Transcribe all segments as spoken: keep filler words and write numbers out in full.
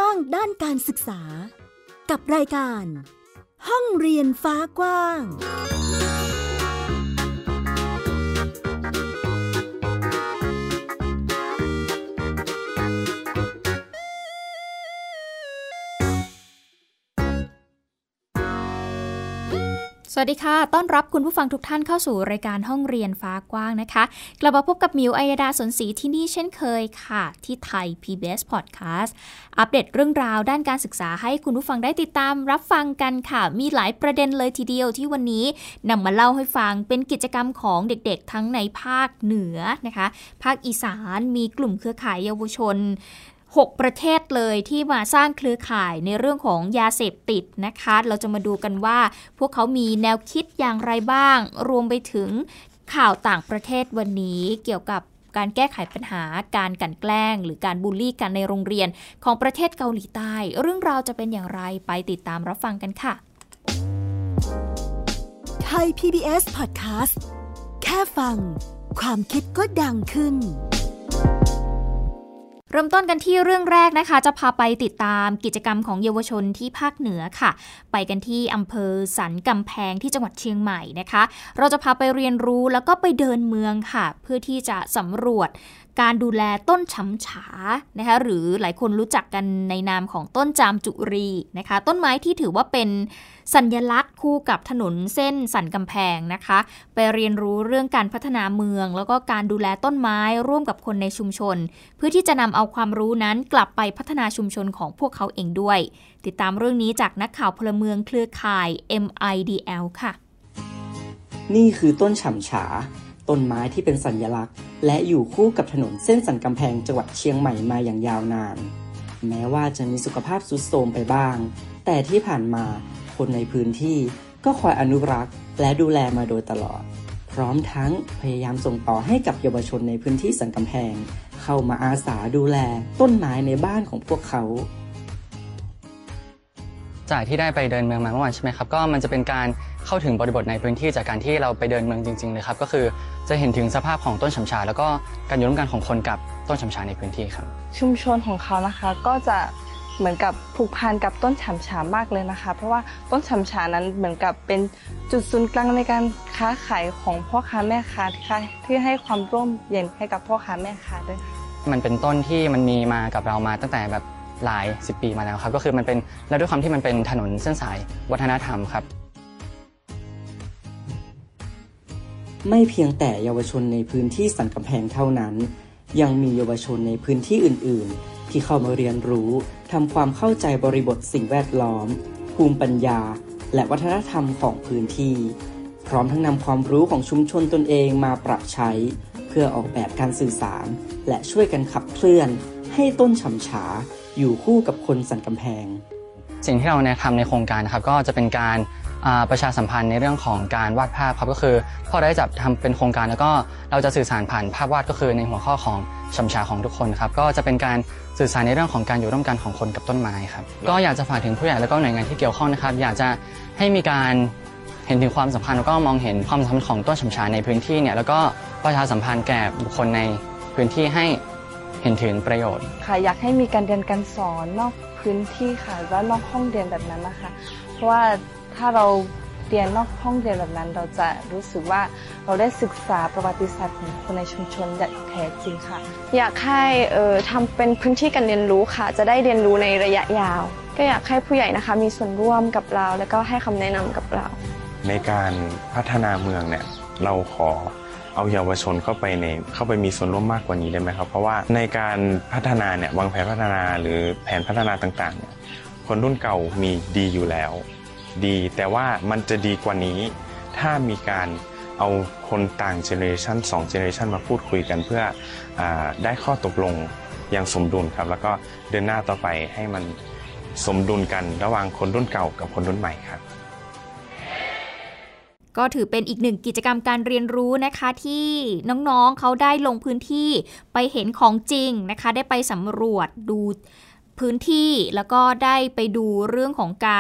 างด้านการศึกษากับรายการห้องเรียนฟ้ากว้างสวัสดีค่ะต้อนรับคุณผู้ฟังทุกท่านเข้าสู่รายการห้องเรียนฟ้ากว้างนะคะกลับมาพบกับมิวอัยดาสนศรีที่นี่เช่นเคยค่ะที่ไทย พี บี เอส Podcast อัปเดตเรื่องราวด้านการศึกษาให้คุณผู้ฟังได้ติดตามรับฟังกันค่ะมีหลายประเด็นเลยทีเดียวที่วันนี้นำมาเล่าให้ฟังเป็นกิจกรรมของเด็กๆทั้งในภาคเหนือนะคะภาคอีสานมีกลุ่มเครือข่ายเยาวชนหกประเทศเลยที่มาสร้างเครือข่ายในเรื่องของยาเสพติดนะคะเราจะมาดูกันว่าพวกเขามีแนวคิดอย่างไรบ้างรวมไปถึงข่าวต่างประเทศวันนี้เกี่ยวกับการแก้ไขปัญหาการกลั่นแกล้งหรือการบูลลี่กันในโรงเรียนของประเทศเกาหลีใต้เรื่องราวจะเป็นอย่างไรไปติดตามรับฟังกันค่ะไทย พี บี เอส Podcast แค่ฟังความคิดก็ดังขึ้นเริ่มต้นกันที่เรื่องแรกนะคะจะพาไปติดตามกิจกรรมของเยาวชนที่ภาคเหนือค่ะไปกันที่อำเภอสันกำแพงที่จังหวัดเชียงใหม่นะคะเราจะพาไปเรียนรู้แล้วก็ไปเดินเมืองค่ะเพื่อที่จะสำรวจการดูแลต้นฉำฉานะคะหรือหลายคนรู้จักกันในนามของต้นจามจุรีนะคะต้นไม้ที่ถือว่าเป็นสัญลักษณ์คู่กับถนนเส้นสันกำแพงนะคะไปเรียนรู้เรื่องการพัฒนาเมืองแล้วก็การดูแลต้นไม้ร่วมกับคนในชุมชนเพื่อที่จะนำเอาความรู้นั้นกลับไปพัฒนาชุมชนของพวกเขาเองด้วยติดตามเรื่องนี้จากนักข่าวพลเมืองเครือข่าย เอ็ม ไอ ดี แอล ค่ะนี่คือต้นฉำฉาต้นไม้ที่เป็นสัญลักษณ์และอยู่คู่กับถนนเส้นสันกำแพงจังหวัดเชียงใหม่มาอย่างยาวนานแม้ว่าจะมีสุขภาพทรุดโทรมไปบ้างแต่ที่ผ่านมาคนในพื้นที่ก็คอยอนุรักษ์และดูแลมาโดยตลอดพร้อมทั้งพยายามส่งต่อให้กับเยาวชนในพื้นที่สันกำแพงเข้ามาอาสาดูแลต้นไม้ในบ้านของพวกเขาจากที่ได้ไปเดินเมืองมาเมื่อวานใช่ไหมครับก็มันจะเป็นการเข้าถึงบริบทในพื้นที่จากการที่เราไปเดินเมืองจริงๆเลยครับก็คือจะเห็นถึงสภาพของต้นฉำฉาแล้วก็การอยู่ร่วมกันของคนกับต้นฉำฉาในพื้นที่ครับชุมชนของเขานะคะก็จะเหมือนกับผูกพันกับต้นฉำฉามากเลยนะคะเพราะว่าต้นฉำฉานั้นเหมือนกับเป็นจุดศูนย์กลางในการค้าขายของพ่อค้าแม่ค้าที่ให้ความร่มเย็นให้กับพ่อค้าแม่ค้าด้วยมันเป็นต้นที่มันมีมากับเรามาตั้งแต่แบบหลายสิบปีมาแล้วครับก็คือมันเป็นและด้วยความที่มันเป็นถนนเส้นสายวัฒนธรรมครับไม่เพียงแต่เยาวชนในพื้นที่สันกำแพงเท่านั้นยังมีเยาวชนในพื้นที่อื่นๆที่เข้ามาเรียนรู้ทำความเข้าใจบริบทสิ่งแวดล้อมภูมิปัญญาและวัฒนธรรมของพื้นที่พร้อมทั้งนำความรู้ของชุมชนตนเองมาปรับใช้เพื่อออกแบบการสื่อสารและช่วยกันขับเคลื่อนให้ต้นฉำฉาอยู่คู่กับคนสันกำแพงสิ่งที่เราเนี่ยทำในโครงการนะครับก็จะเป็นการประชาสัมพันธ์ในเรื่องของการวาดภาพครับก็คือพอได้จับทำเป็นโครงการแล้วก็เราจะสื่อสารผ่านภาพวาดก็คือในหัวข้อของฉำฉาของทุกคนครับก็จะเป็นการสื่อสารในเรื่องของการอยู่ร่วมกันของคนกับต้นไม้ครับก็อยากจะฝากถึงผู้ใหญ่แล้วก็หน่วยงานที่เกี่ยวข้องนะครับอยากจะให้มีการเห็นถึงความสำคัญแล้วก็มองเห็นความสำคัญของต้นฉำฉาในพื้นที่เนี่ยแล้วก็ประชาสัมพันธ์แก่บุคคลในพื้นที่ให้เห็นถึงประโยชน์ค่ะอยากให้มีการเรียนการสอนนอกพื้นที่ค่ะและนอกห้องเรียนแบบนั้นนะคะเพราะว่าถ้าเราเรียนนอกห้องเรียนแบบนั้นเราจะรู้สึกว่าเราได้ศึกษาประวัติศาสตร์ของคนในชุมชนอย่างแท้จริงค่ะอยากให้เอ่อทำเป็นพื้นที่การเรียนรู้ค่ะจะได้เรียนรู้ในระยะยาวก็อยากให้ผู้ใหญ่นะคะมีส่วนร่วมกับเราแล้วก็ให้คำแนะนำกับเราในการพัฒนาเมืองเนี่ยเราขอเอาเยาวชนเข้าไปในเข้าไปมีส่วนร่วมมากกว่านี้ได้ไหมครับเพราะว่าในการพัฒนาเนี่ยวางแผนพัฒนาหรือแผนพัฒนาต่างๆเนี่ยคนรุ่นเก่ามีดีอยู่แล้วดีแต่ว่ามันจะดีกว่านี้ถ้ามีการเอาคนต่างเจเนอเรชันสองเจเนอเรชันมาพูดคุยกันเพื่ออ่าได้ข้อตกลงอย่างสมดุลครับแล้วก็เดินหน้าต่อไปให้มันสมดุลกันระหว่างคนรุ่นเก่ากับคนรุ่นใหม่ครับก็ถือเป็นอีกหนึ่งกิจกรรมการเรียนรู้นะคะที่น้องๆเขาได้ลงพื้นที่ไปเห็นของจริงนะคะได้ไปสำรวจดูพื้นที่แล้วก็ได้ไปดูเรื่องของการ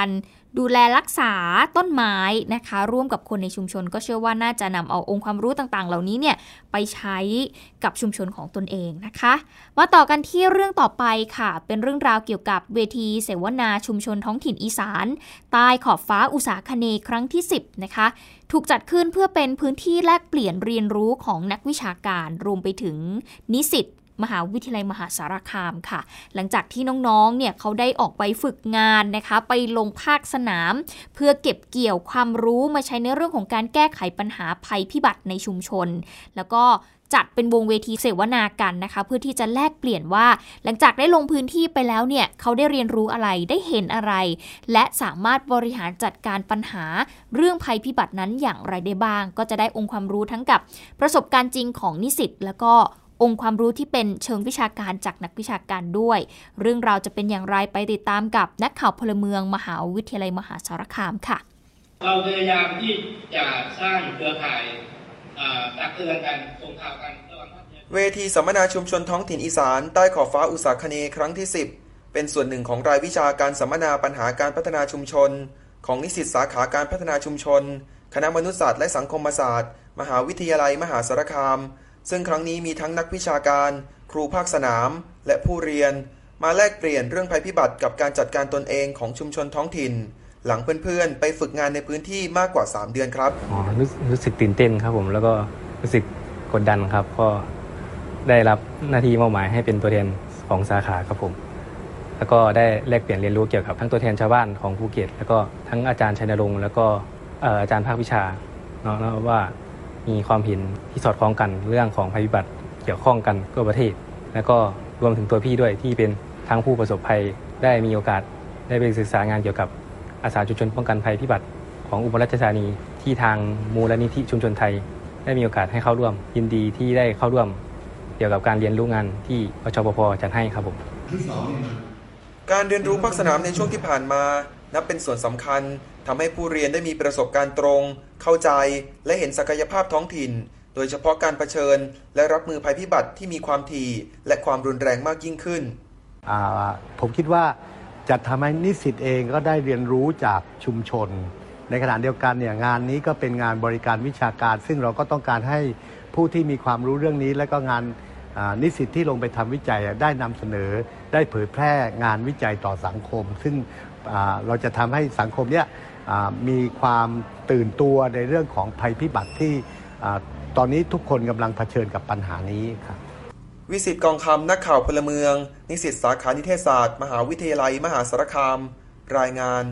ดูแลรักษาต้นไม้นะคะร่วมกับคนในชุมชนก็เชื่อว่าน่าจะนำเอาองค์ความรู้ต่างๆเหล่านี้เนี่ยไปใช้กับชุมชนของตนเองนะคะมาต่อกันที่เรื่องต่อไปค่ะเป็นเรื่องราวเกี่ยวกับเวทีเสวนาชุมชนท้องถิ่นอีสานใต้ขอบฟ้าอุษาคเนย์ครั้งที่สิบนะคะถูกจัดขึ้นเพื่อเป็นพื้นที่แลกเปลี่ยนเรียนรู้ของนักวิชาการรวมไปถึงนิสิตมหาวิทยาลัยมหาสารคามค่ะหลังจากที่น้องๆเนี่ยเขาได้ออกไปฝึกงานนะคะไปลงภาคสนามเพื่อเก็บเกี่ยวความรู้มาใช้ในเรื่องของการแก้ไขปัญหาภัยพิบัติในชุมชนแล้วก็จัดเป็นวงเวทีเสวนากันนะคะเพื่อที่จะแลกเปลี่ยนว่าหลังจากได้ลงพื้นที่ไปแล้วเนี่ยเขาได้เรียนรู้อะไรได้เห็นอะไรและสามารถบริหารจัดการปัญหาเรื่องภัยพิบัตินั้นอย่างไรได้บ้างก็จะได้องค์ความรู้ทั้งกับประสบการณ์จริงของนิสิตแล้วก็องค์ความรู้ที่เป็นเชิงวิชาการจากนักวิชาการด้วยเรื่องราวจะเป็นอย่างไรไปติดตามกับนักข่าวพลเมืองมหาวิทยาลัยมหาสารคามค่ะเราพยายามที่จะสร้างเครือข่ายตักเตือนกันส่งข่าวกันเวทีสัมมนาชุมชนท้องถิ่นอีสานใต้ขอบฟ้าอุษาคเนย์ครั้งที่สิบเป็นส่วนหนึ่งของรายวิชาการสัมมนาปัญหาการพัฒนาชุมชนของนิสิตสาขาการพัฒนาชุมชนคณะมนุษยศาสตร์และสังคมศาสตร์มหาวิทยาลัยมหาสารคามซึ่งครั้งนี้มีทั้งนักวิชาการครูภาคสนามและผู้เรียนมาแลกเปลี่ยนเรื่องภัยพิบัติกับการจัดการตนเองของชุมชนท้องถิ่นหลังเพื่อนๆไปฝึกงานในพื้นที่มากกว่าสามเดือนครับอ๋อรู้รู้สึกตื่นเต้นครับผมแล้วก็รู้สึกกดดันครับก็ได้รับหน้าที่มอบหมายให้เป็นตัวแทนของสาขาครับผมแล้วก็ได้แลกเปลี่ยนเรียนรู้เกี่ยวกับทั้งตัวแทนชาวบ้านของภูเก็ตแล้วก็ทั้งอาจารย์ชัยนรงค์แล้วก็อาจารย์ภาควิชาเนาะว่ามีความเห็นที่สอดคล้องกันเรื่องของภัยพิบัติเกี่ยวข้องกันทั่วประเทศแล้วก็รวมถึงตัวพี่ด้วยที่เป็นทั้งผู้ประสบภัยได้มีโอกาสได้ไปศึกษางานเกี่ยวกับอาสาชุมชนป้องกันภัยพิบัติของอุบลราชธานีที่ทางมูลนิธิชุมชนไทยได้มีโอกาสให้เข้าร่วมยินดีที่ได้เข้าร่วมเกี่ยวกับการเรียนรู้งานที่อชปพจัดให้ครับผมการเรียนรู้ภาคสนามในช่วงที่ผ่านมานับเป็นส่วนสำคัญทำให้ผู้เรียนได้มีประสบการณ์ตรงเข้าใจและเห็นศักยภาพท้องถิ่นโดยเฉพาะการเผชิญและรับมือภัยพิบัติที่มีความถี่และความรุนแรงมากยิ่งขึ้นผมคิดว่าจะทำให้นิสิตเองก็ได้เรียนรู้จากชุมชนในขณะเดียวกันเนี่ยงานนี้ก็เป็นงานบริการวิชาการซึ่งเราก็ต้องการให้ผู้ที่มีความรู้เรื่องนี้และก็งานนิสิตที่ลงไปทำวิจัยได้นำเสนอได้เผยแพร่งานวิจัยต่อสังคมซึ่งเราจะทำให้สังคมเนี่ยมีความตื่นตัวในเรื่องของภัยพิบัติที่ตอนนี้ทุกคนกำลังเผชิญกับปัญหานี้ครับวิสิตกองคำนักข่าวพลเมืองนิสิตสาขานิเทศศาสตร์มหาวิทยาลัยมหาสารคามรายงาน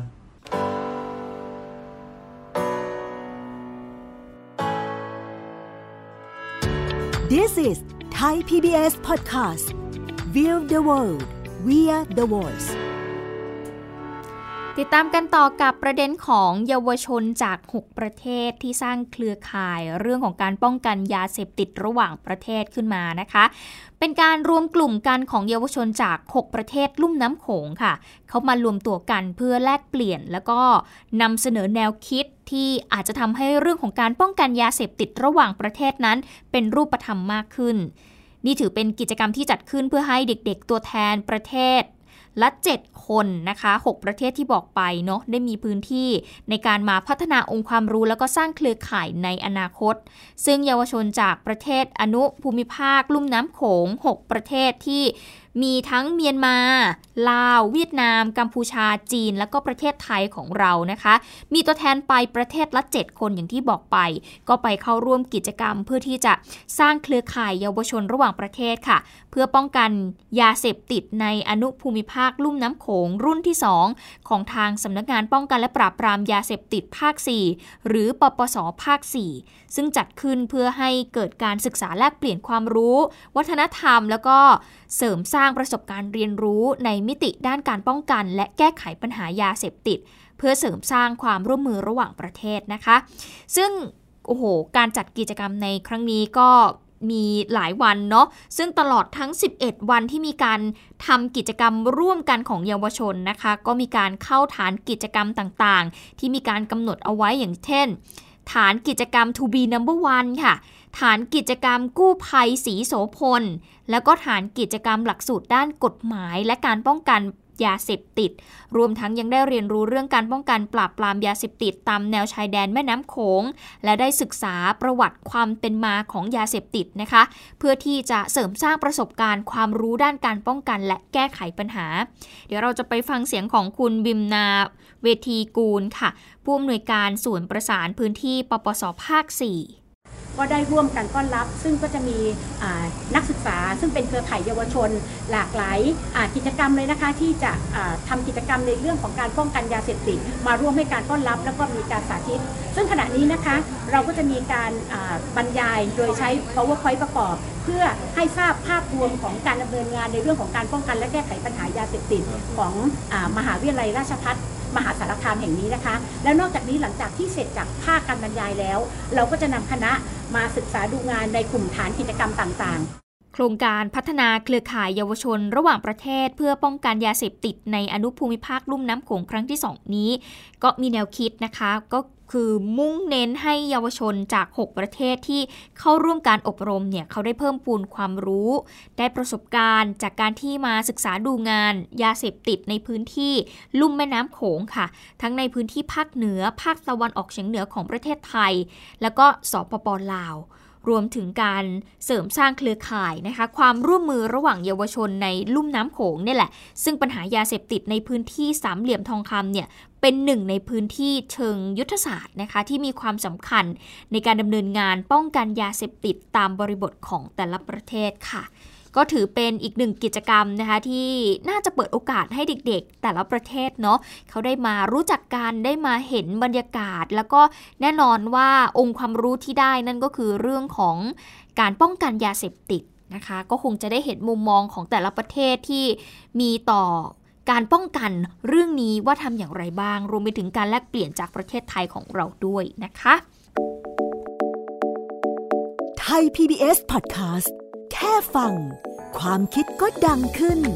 This is Thai พี บี เอส Podcast View the World via the Voice ติดตามกันต่อกับประเด็นของเยาวชนจากหกประเทศที่สร้างเครือข่ายเรื่องของการป้องกันยาเสพติดระหว่างประเทศขึ้นมานะคะเป็นการรวมกลุ่มกันของเยาวชนจากหกประเทศลุ่มน้ำโขงค่ะเขามารวมตัวกันเพื่อแลกเปลี่ยนแล้วก็นำเสนอแนวคิดที่อาจจะทำให้เรื่องของการป้องกันยาเสพติดระหว่างประเทศนั้นเป็นรูปธรรมมากขึ้นนี่ถือเป็นกิจกรรมที่จัดขึ้นเพื่อให้เด็กๆตัวแทนประเทศและเจ็ดคนนะคะหกประเทศที่บอกไปเนาะได้มีพื้นที่ในการมาพัฒนาองค์ความรู้แล้วก็สร้างเครือข่ายในอนาคตซึ่งเยาวชนจากประเทศอนุภูมิภาคลุ่มน้ำโขงหกประเทศที่มีทั้งเมียนมาลาวเวียดนามกัมพูชาจีนแล้วก็ประเทศไทยของเรานะคะมีตัวแทนไปประเทศละเจ็ดคนอย่างที่บอกไปก็ไปเข้าร่วมกิจกรรมเพื่อที่จะสร้างเครือข่ายเยาวชนระหว่างประเทศค่ะเพื่อป้องกันยาเสพติดในอนุภูมิภาคลุ่มน้ำโขงรุ่นที่สองของทางสำนักงานป้องกันและปราบปรามยาเสพติดภาคสี่หรือปปสภาคสี่ซึ่งจัดขึ้นเพื่อให้เกิดการศึกษาแลกเปลี่ยนความรู้วัฒนธรรมแล้วก็เสริมสร้างประสบการณ์เรียนรู้ในมิติด้านการป้องกันและแก้ไขปัญหายาเสพติดเพื่อเสริมสร้างความร่วมมือระหว่างประเทศนะคะซึ่งโอ้โหการจัดกิจกรรมในครั้งนี้ก็มีหลายวันเนาะซึ่งตลอดทั้งสิบเอ็ดวันที่มีการทำกิจกรรมร่วมกันของเยาวชนนะคะก็มีการเข้าฐานกิจกรรมต่างๆที่มีการกำหนดเอาไว้อย่างเช่นฐานกิจกรรม To be number one ค่ะฐานกิจกรรมกู้ภัยศรีโสพลแล้วก็ฐานกิจกรรมหลักสูตรด้านกฎหมายและการป้องกันยาเสพติดรวมทั้งยังได้เรียนรู้เรื่องการป้องกันปราบปรามยาเสพติดตามแนวชายแดนแม่น้ำโขงและได้ศึกษาประวัติความเป็นมาของยาเสพติดนะคะเพื่อที่จะเสริมสร้างประสบการณ์ความรู้ด้านการป้องกันและแก้ไขปัญหาเดี๋ยวเราจะไปฟังเสียงของคุณบิมนาเวทีกูลค่ะผู้อำนวยการศูนย์ประสานพื้นที่ปปสภาคสี่ก็ได้ร่วมกันต้อนรับซึ่งก็จะมีนักศึกษาซึ่งเป็นเครือข่ายเยาวชนหลากหลายกิจกรรมเลยนะคะที่จะทำกิจกรรมในเรื่องของการป้องกันยาเสพติดมาร่วมให้การต้อนรับแล้วก็มีการสาธิตซึ่งขณะนี้นะคะเราก็จะมีการบรรยายโดยใช้ PowerPoint ประกอบเพื่อให้ทราบภาพรวมของการดำเนินงานในเรื่องของการป้องกันและแก้ไขปัญหายาเสพติดของมหาวิทยาลัยราชภัฏมหาสารคามแห่งนี้นะคะแล้วนอกจากนี้หลังจากที่เสร็จจากภาคการบรรยายแล้วเราก็จะนำคณะมาศึกษาดูงานในกลุ่มฐานกิจกรรมต่างๆโครงการพัฒนาเครือข่ายเยาวชนระหว่างประเทศเพื่อป้องกันยาเสพติดในอนุภูมิภาคลุ่มน้ำโขงครั้งที่สองนี้ก็มีแนวคิดนะคะก็คือมุ่งเน้นให้เยาวชนจากหกประเทศที่เข้าร่วมการอบรมเนี่ยเขาได้เพิ่มพูนความรู้ได้ประสบการณ์จากการที่มาศึกษาดูงานยาเสพติดในพื้นที่ลุ่มแม่น้ำโขงค่ะทั้งในพื้นที่ภาคเหนือภาคตะวันออกเฉียงเหนือของประเทศไทยแล้วก็สปป.ลาวรวมถึงการเสริมสร้างเครือข่ายนะคะความร่วมมือระหว่างเยาวชนในลุ่มน้ำโขงนี่แหละซึ่งปัญหายาเสพติดในพื้นที่สามเหลี่ยมทองคำเนี่ยเป็นหนึ่งในพื้นที่เชิงยุทธศาสตร์นะคะที่มีความสำคัญในการดำเนินงานป้องกันยาเสพติดตามบริบทของแต่ละประเทศค่ะก็ถือเป็นอีกหนึ่งกิจกรรมนะคะที่น่าจะเปิดโอกาสให้เด็กๆแต่ละประเทศเนาะเขาได้มารู้จักกันได้มาเห็นบรรยากาศแล้วก็แน่นอนว่าองค์ความรู้ที่ได้นั่นก็คือเรื่องของการป้องกันยาเสพติดนะคะก็คงจะได้เห็นมุมมองของแต่ละประเทศที่มีต่อการป้องกันเรื่องนี้ว่าทำอย่างไรบ้างรวมไปถึงการแลกเปลี่ยนจากประเทศไทยของเราด้วยนะคะไทย พี บี เอส Podcastแค่ฟังความคิดก็ดังขึ้น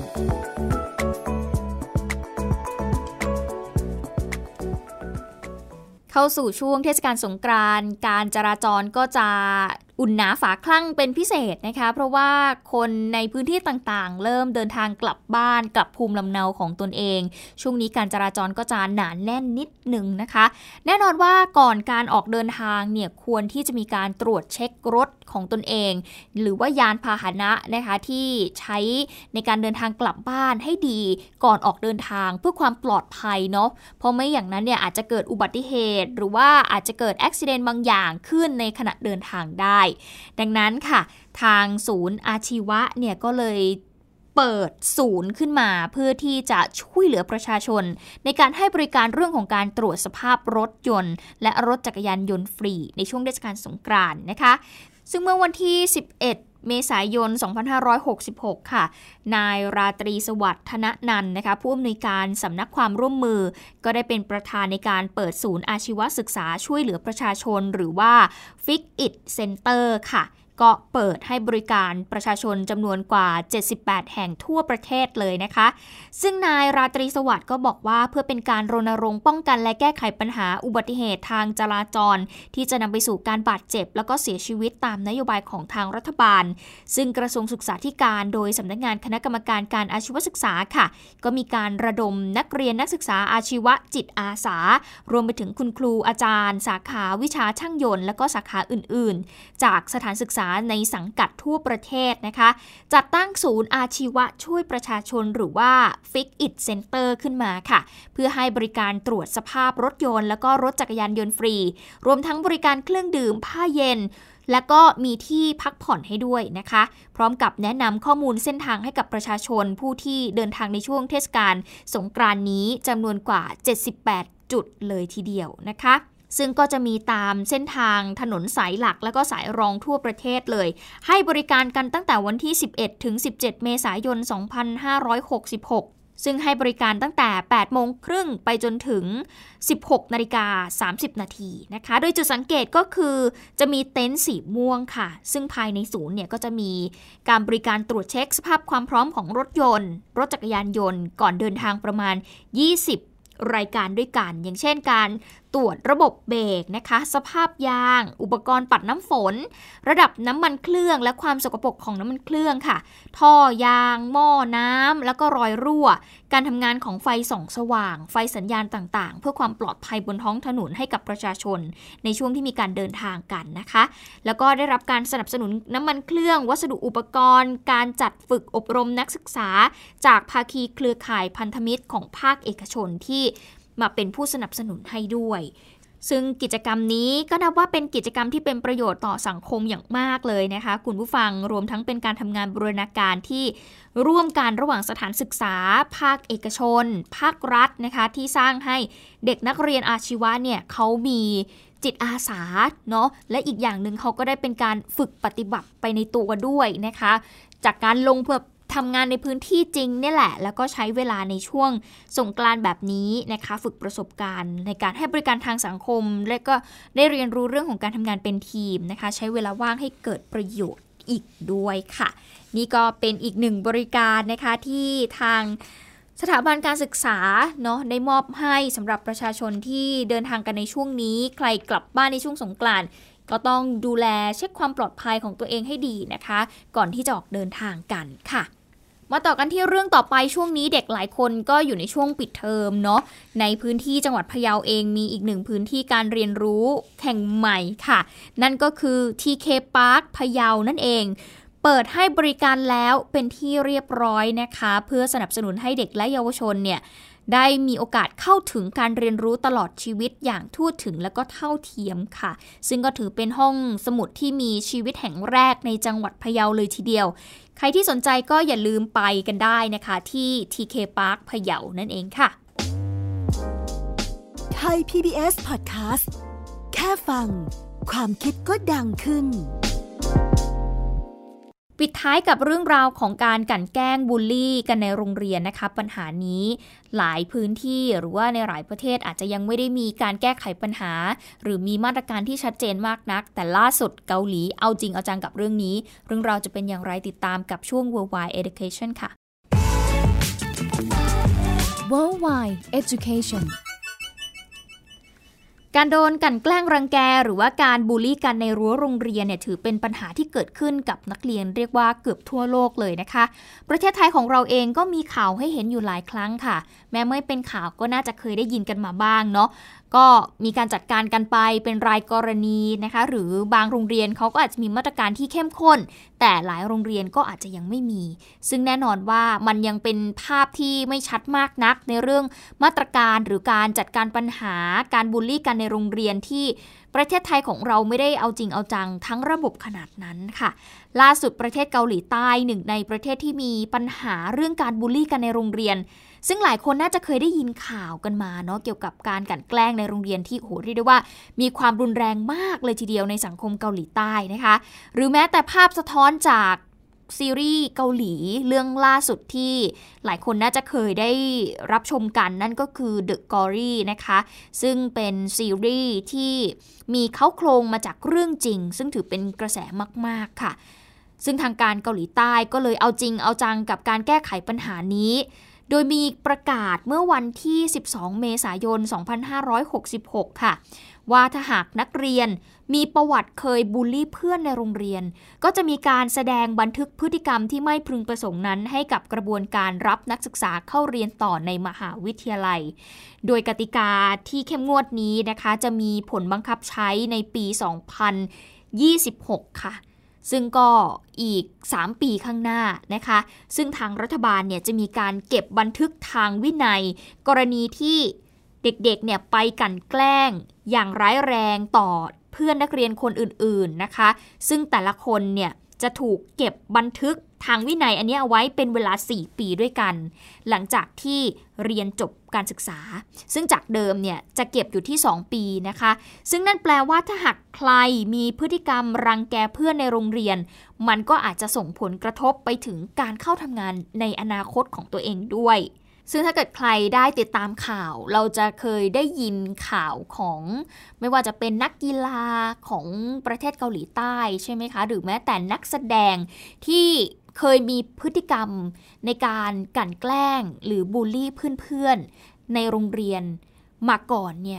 เข้าสู่ช่วงเทศกาลสงกรานต์การจราจรก็จะอุ่นหนาฝาคลั่งเป็นพิเศษนะคะเพราะว่าคนในพื้นที่ต่างๆเริ่มเดินทางกลับบ้านกลับภูมิลำเนาของตนเองช่วงนี้การจราจรก็จะหนาแน่นนิดนึงนะคะแน่นอนว่าก่อนการออกเดินทางเนี่ยควรที่จะมีการตรวจเช็ครถของตนเองหรือว่ายานพาหนะนะคะที่ใช้ในการเดินทางกลับบ้านให้ดีก่อนออกเดินทางเพื่อความปลอดภัยเนาะเพราะไม่อย่างนั้นเนี่ยอาจจะเกิดอุบัติเหตุหรือว่าอาจจะเกิดอุบัติเหตุบางอย่างขึ้นในขณะเดินทางได้ดังนั้นค่ะทางศูนย์อาชีวะเนี่ยก็เลยเปิดศูนย์ขึ้นมาเพื่อที่จะช่วยเหลือประชาชนในการให้บริการเรื่องของการตรวจสภาพรถยนต์และรถจักรยานยนต์ฟรีในช่วงเทศกาลสงกรานต์นะคะซึ่งเมื่อวันที่สิบเอ็ดเมษายนสองพันห้าร้อยหกสิบหกค่ะนายราตรีสวัสดิ์ธนนันท์นะคะผู้อำนวยการสำนักความร่วมมือก็ได้เป็นประธานในการเปิดศูนย์อาชีวศึกษาช่วยเหลือประชาชนหรือว่า ฟิก อิท Center ค่ะก็เปิดให้บริการประชาชนจำนวนกว่าเจ็ดสิบแปดแห่งทั่วประเทศเลยนะคะซึ่งนายราตรีสวัสดิ์ก็บอกว่าเพื่อเป็นการรณรงค์ป้องกันและแก้ไขปัญหาอุบัติเหตุทางจราจรที่จะนำไปสู่การบาดเจ็บแล้วก็เสียชีวิตตามนโยบายของทางรัฐบาลซึ่งกระทรวงศึกษาธิการโดยสำนักงานคณะกรรมการการอาชีวศึกษาค่ะก็มีการระดมนักเรียนนักศึกษาอาชีวะจิตอาสารวมไปถึงคุณครูอาจารย์สาขาวิชาช่างยนต์และก็สาขาอื่นๆจากสถานศึกษาในสังกัดทั่วประเทศนะคะจัดตั้งศูนย์อาชีวะช่วยประชาชนหรือว่า ฟิก อิท Center ขึ้นมาค่ะเพื่อให้บริการตรวจสภาพรถยนต์แล้วก็รถจักรยานยนต์ฟรีรวมทั้งบริการเครื่องดื่มผ้าเย็นและก็มีที่พักผ่อนให้ด้วยนะคะพร้อมกับแนะนำข้อมูลเส้นทางให้กับประชาชนผู้ที่เดินทางในช่วงเทศกาลสงกรานต์นี้จำนวนกว่าเจ็ดสิบแปดจุดเลยทีเดียวนะคะซึ่งก็จะมีตามเส้นทางถนนสายหลักและก็สายรองทั่วประเทศเลยให้บริการกันตั้งแต่วันที่สิบเอ็ดถึงสิบเจ็ดเมษายนสองพันห้าร้อยหกสิบหกซึ่งให้บริการตั้งแต่ แปดโมงครึ่งไปจนถึง สิบหกนาฬิกาสามสิบนาทีนะคะโดยจุดสังเกตก็คือจะมีเต็นท์สีม่วงค่ะซึ่งภายในศูนย์เนี่ยก็จะมีการบริการตรวจเช็คสภาพความพร้อมของรถยนต์รถจักรยานยนต์ก่อนเดินทางประมาณยี่สิบรายการด้วยกันอย่างเช่นการตรวจระบบเบรกนะคะสภาพยางอุปกรณ์ปัดน้ำฝนระดับน้ำมันเครื่องและความสกปรกของน้ำมันเครื่องค่ะท่อยางหม้อน้ำแล้วก็รอยรั่วการทำงานของไฟส่องสว่างไฟสัญญาณต่างๆเพื่อความปลอดภัยบนท้องถนนให้กับประชาชนในช่วงที่มีการเดินทางกันนะคะแล้วก็ได้รับการสนับสนุนน้ำมันเครื่องวัสดุอุปกรณ์การจัดฝึกอบรมนักศึกษาจากภาคีเครือข่ายพันธมิตรของภาคเอกชนที่มาเป็นผู้สนับสนุนให้ด้วยซึ่งกิจกรรมนี้ก็นับว่าเป็นกิจกรรมที่เป็นประโยชน์ต่อสังคมอย่างมากเลยนะคะคุณผู้ฟังรวมทั้งเป็นการทำงานบูรณาการที่ร่วมกันระหว่างสถานศึกษาภาคเอกชนภาครัฐนะคะที่สร้างให้เด็กนักเรียนอาชีวะเนี่ยเขามีจิตอาสาเนาะและอีกอย่างหนึ่งเขาก็ได้เป็นการฝึกปฏิบัติไปในตัวด้วยนะคะจากการลงเพื่อทำงานในพื้นที่จริงนี่แหละแล้วก็ใช้เวลาในช่วงสงกรานต์แบบนี้นะคะฝึกประสบการณ์ในการให้บริการทางสังคมและก็ได้เรียนรู้เรื่องของการทำงานเป็นทีมนะคะใช้เวลาว่างให้เกิดประโยชน์อีกด้วยค่ะนี่ก็เป็นอีกหนึ่งบริการนะคะที่ทางสถาบันการศึกษาเนาะได้มอบให้สำหรับประชาชนที่เดินทางกันในช่วงนี้ใครกลับบ้านในช่วงสงกรานต์ก็ต้องดูแลเช็คความปลอดภัยของตัวเองให้ดีนะคะก่อนที่จะออกเดินทางกันค่ะมาต่อกันที่เรื่องต่อไปช่วงนี้เด็กหลายคนก็อยู่ในช่วงปิดเทอมเนาะในพื้นที่จังหวัดพะเยาเองมีอีกหนึ่งพื้นที่การเรียนรู้แห่งใหม่ค่ะนั่นก็คือ ที เค Park พะเยานั่นเองเปิดให้บริการแล้วเป็นที่เรียบร้อยนะคะเพื่อสนับสนุนให้เด็กและเยาวชนเนี่ยได้มีโอกาสเข้าถึงการเรียนรู้ตลอดชีวิตอย่างทั่วถึงและก็เท่าเทียมค่ะซึ่งก็ถือเป็นห้องสมุดที่มีชีวิตแห่งแรกในจังหวัดพะเยาเลยทีเดียวใครที่สนใจก็อย่าลืมไปกันได้นะคะที่ ที เค Park พะเยานั่นเองค่ะไทย พี บี เอส Podcast แค่ฟังความคิดก็ดังขึ้นปิดท้ายกับเรื่องราวของการกลั่นแกล้งบูลลี่กันในโรงเรียนนะคะปัญหานี้หลายพื้นที่หรือว่าในหลายประเทศอาจจะยังไม่ได้มีการแก้ไขปัญหาหรือมีมาตรการที่ชัดเจนมากนักแต่ล่าสุดเกาหลีเอาจริงเอาจังกับเรื่องนี้เรื่องราวจะเป็นอย่างไรติดตามกับช่วง Worldwide Education ค่ะ Worldwide Education การโดนกลั่นแกล้งรังแกหรือว่าการบูลลี่กันในรั้วโรงเรียนเนี่ยถือเป็นปัญหาที่เกิดขึ้นกับนักเรียนเรียกว่าเกือบทั่วโลกเลยนะคะประเทศไทยของเราเองก็มีข่าวให้เห็นอยู่หลายครั้งค่ะแม้ไม่เป็นข่าวก็น่าจะเคยได้ยินกันมาบ้างเนาะก็มีการจัดการกันไปเป็นรายกรณีนะคะหรือบางโรงเรียนเขาก็อาจจะมีมาตรการที่เข้มข้นแต่หลายโรงเรียนก็อาจจะยังไม่มีซึ่งแน่นอนว่ามันยังเป็นภาพที่ไม่ชัดมากนักในเรื่องมาตรการหรือการจัดการปัญหาการบูลลี่กันในโรงเรียนที่ประเทศไทยของเราไม่ได้เอาจริงเอาจังทั้งระบบขนาดนั้นค่ะล่าสุดประเทศเกาหลีใต้หนึ่งในประเทศที่มีปัญหาเรื่องการบูลลี่กันในโรงเรียนซึ่งหลายคนน่าจะเคยได้ยินข่าวกันมาเนาะเกี่ยวกับการกลั่นแกล้งในโรงเรียนที่โหเรียกได้ว่ามีความรุนแรงมากเลยทีเดียวในสังคมเกาหลีใต้นะคะหรือแม้แต่ภาพสะท้อนจากซีรีส์เกาหลีเรื่องล่าสุดที่หลายคนน่าจะเคยได้รับชมกันนั่นก็คือ The Gory นะคะซึ่งเป็นซีรีส์ที่มีเค้าโครงมาจากเรื่องจริงซึ่งถือเป็นกระแสมากๆค่ะซึ่งทางการเกาหลีใต้ก็เลยเอาจริงเอาจังกับการแก้ไขปัญหานี้โดยมีประกาศเมื่อวันที่สิบสองเมษายนสองพันห้าร้อยหกสิบหกค่ะว่าถ้าหากนักเรียนมีประวัติเคยบูลลี่เพื่อนในโรงเรียนก็จะมีการแสดงบันทึกพฤติกรรมที่ไม่พึงประสงค์นั้นให้กับกระบวนการรับนักศึกษาเข้าเรียนต่อในมหาวิทยาลัยโดยกติกาที่เข้มงวดนี้นะคะจะมีผลบังคับใช้ในปีสองพันยี่สิบหกค่ะซึ่งก็อีกสามปีข้างหน้านะคะซึ่งทางรัฐบาลเนี่ยจะมีการเก็บบันทึกทางวินัยกรณีที่เด็กๆเนี่ยไปกลั่นแกล้งอย่างร้ายแรงต่อเพื่อนนักเรียนคนอื่นๆนะคะซึ่งแต่ละคนเนี่ยจะถูกเก็บบันทึกทางวินัยอันนี้เอาไว้เป็นเวลาสี่ปีด้วยกันหลังจากที่เรียนจบการศึกษาซึ่งจากเดิมเนี่ยจะเก็บอยู่ที่สองปีนะคะซึ่งนั่นแปลว่าถ้าหากใครมีพฤติกรรมรังแกเพื่อนในโรงเรียนมันก็อาจจะส่งผลกระทบไปถึงการเข้าทำงานในอนาคตของตัวเองด้วยซึ่งถ้าเกิดใครได้ติดตามข่าวเราจะเคยได้ยินข่าวของไม่ว่าจะเป็นนักกีฬาของประเทศเกาหลีใต้ใช่ไหมคะหรือแม้แต่นักแสดงที่เคยมีพฤติกรรมในการกลั่นแกล้งหรือบูลลี่เพื่อนๆในโรงเรียนมาก่อนเนี่ย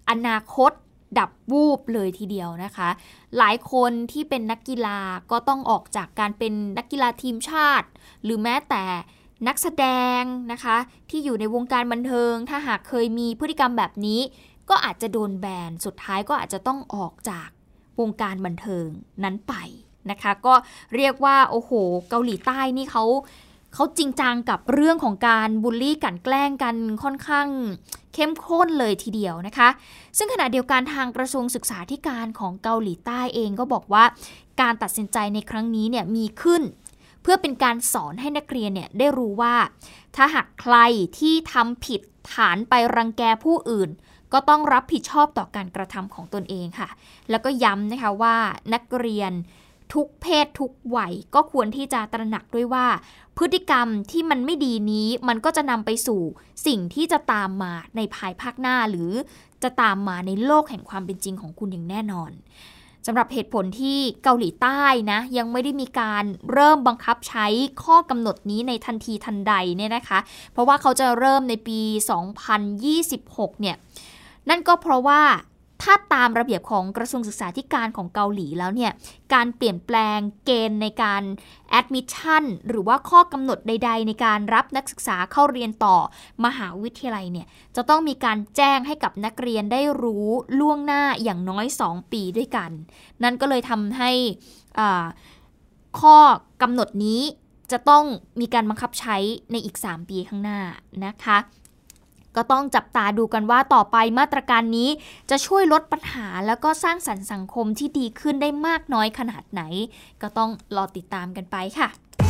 อนาคตดับวูบเลยทีเดียวนะคะหลายคนที่เป็นนักกีฬาก็ต้องออกจากการเป็นนักกีฬาทีมชาติหรือแม้แต่นักแสดงนะคะที่อยู่ในวงการบันเทิงถ้าหากเคยมีพฤติกรรมแบบนี้ก็อาจจะโดนแบนสุดท้ายก็อาจจะต้องออกจากวงการบันเทิงนั้นไปนะคะก็เรียกว่าโอ้โหเกาหลีใต้นี่เขาเขาจริงจังกับเรื่องของการบูลลี่กลั่นแกล้งกันค่อนข้างเข้มข้นเลยทีเดียวนะคะซึ่งขณะเดียวกันทางกระทรวงศึกษาธิการของเกาหลีใต้เองก็บอกว่าการตัดสินใจในครั้งนี้เนี่ยมีขึ้นเพื่อเป็นการสอนให้นักเรียนเนี่ยได้รู้ว่าถ้าหากใครที่ทำผิดฐานไปรังแกผู้อื่นก็ต้องรับผิดชอบต่อการกระทำของตนเองค่ะแล้วก็ย้ำนะคะว่านักเรียนทุกเพศทุกวัยก็ควรที่จะตระหนักด้วยว่าพฤติกรรมที่มันไม่ดีนี้มันก็จะนำไปสู่สิ่งที่จะตามมาในภายภาคหน้าหรือจะตามมาในโลกแห่งความเป็นจริงของคุณอย่างแน่นอนสำหรับเหตุผลที่เกาหลีใต้นะยังไม่ได้มีการเริ่มบังคับใช้ข้อกำหนดนี้ในทันทีทันใดเนี่ยนะคะเพราะว่าเขาจะเริ่มในปีสองพันยี่สิบหกเนี่ยนั่นก็เพราะว่าถ้าตามระเบียบของกระทรวงศึกษาธิการของเกาหลีแล้วเนี่ยการเปลี่ยนแปลงเกณฑ์ในการ admission หรือว่าข้อกำหนดใดๆในการรับนักศึกษาเข้าเรียนต่อมหาวิทยาลัยเนี่ยจะต้องมีการแจ้งให้กับนักเรียนได้รู้ล่วงหน้าอย่างน้อยสองปีด้วยกันนั่นก็เลยทำให้ข้อกำหนดนี้จะต้องมีการบังคับใช้ในอีกสามปีข้างหน้านะคะก็ต้องจับตาดูกันว่าต่อไปมาตรการนี้จะช่วยลดปัญหาแล้วก็สร้างสรรค์สังคมที่ดีขึ้นได้มากน้อยขนาดไหนก็ต้องรอติดตามกันไปค่ะ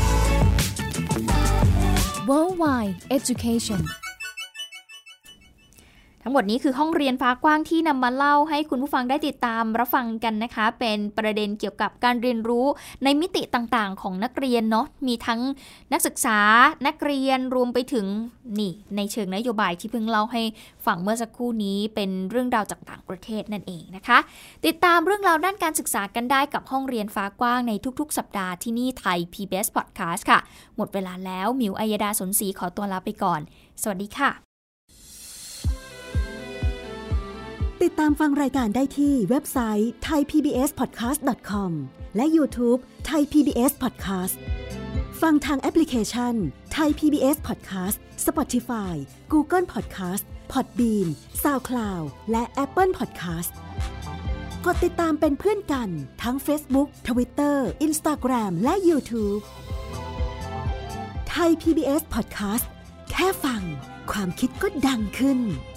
Worldwide Education ทั้งหมดนี้คือห้องเรียนฟ้ากว้างที่นำมาเล่าให้คุณผู้ฟังได้ติดตามรับฟังกันนะคะเป็นประเด็นเกี่ยวกับการเรียนรู้ในมิติต่างๆของนักเรียนเนาะมีทั้งนักศึกษานักเรียนรวมไปถึงนี่ในเชิงนโยบายที่เพิ่งเล่าให้ฟังเมื่อสักครู่นี้เป็นเรื่องราวจากต่างประเทศนั่นเองนะคะติดตามเรื่องราวด้านการศึกษากันได้กับห้องเรียนฟ้ากว้างในทุกๆสัปดาห์ที่นี่ไทย พี บี เอส Podcast ค่ะหมดเวลาแล้วมิวอัยดาสนศรีขอตัวลาไปก่อนสวัสดีค่ะติดตามฟังรายการได้ที่เว็บไซต์ ไทยพีบีเอสพอดแคสต์ ดอท คอม และ YouTube Thai พี บี เอส Podcast ฟังทางแอปพลิเคชัน Thai พี บี เอส Podcast Spotify Google Podcast Podbean SoundCloud และ Apple Podcast กดติดตามเป็นเพื่อนกันทั้ง Facebook Twitter Instagram และ YouTube Thai พี บี เอส Podcast แค่ฟังความคิดก็ดังขึ้น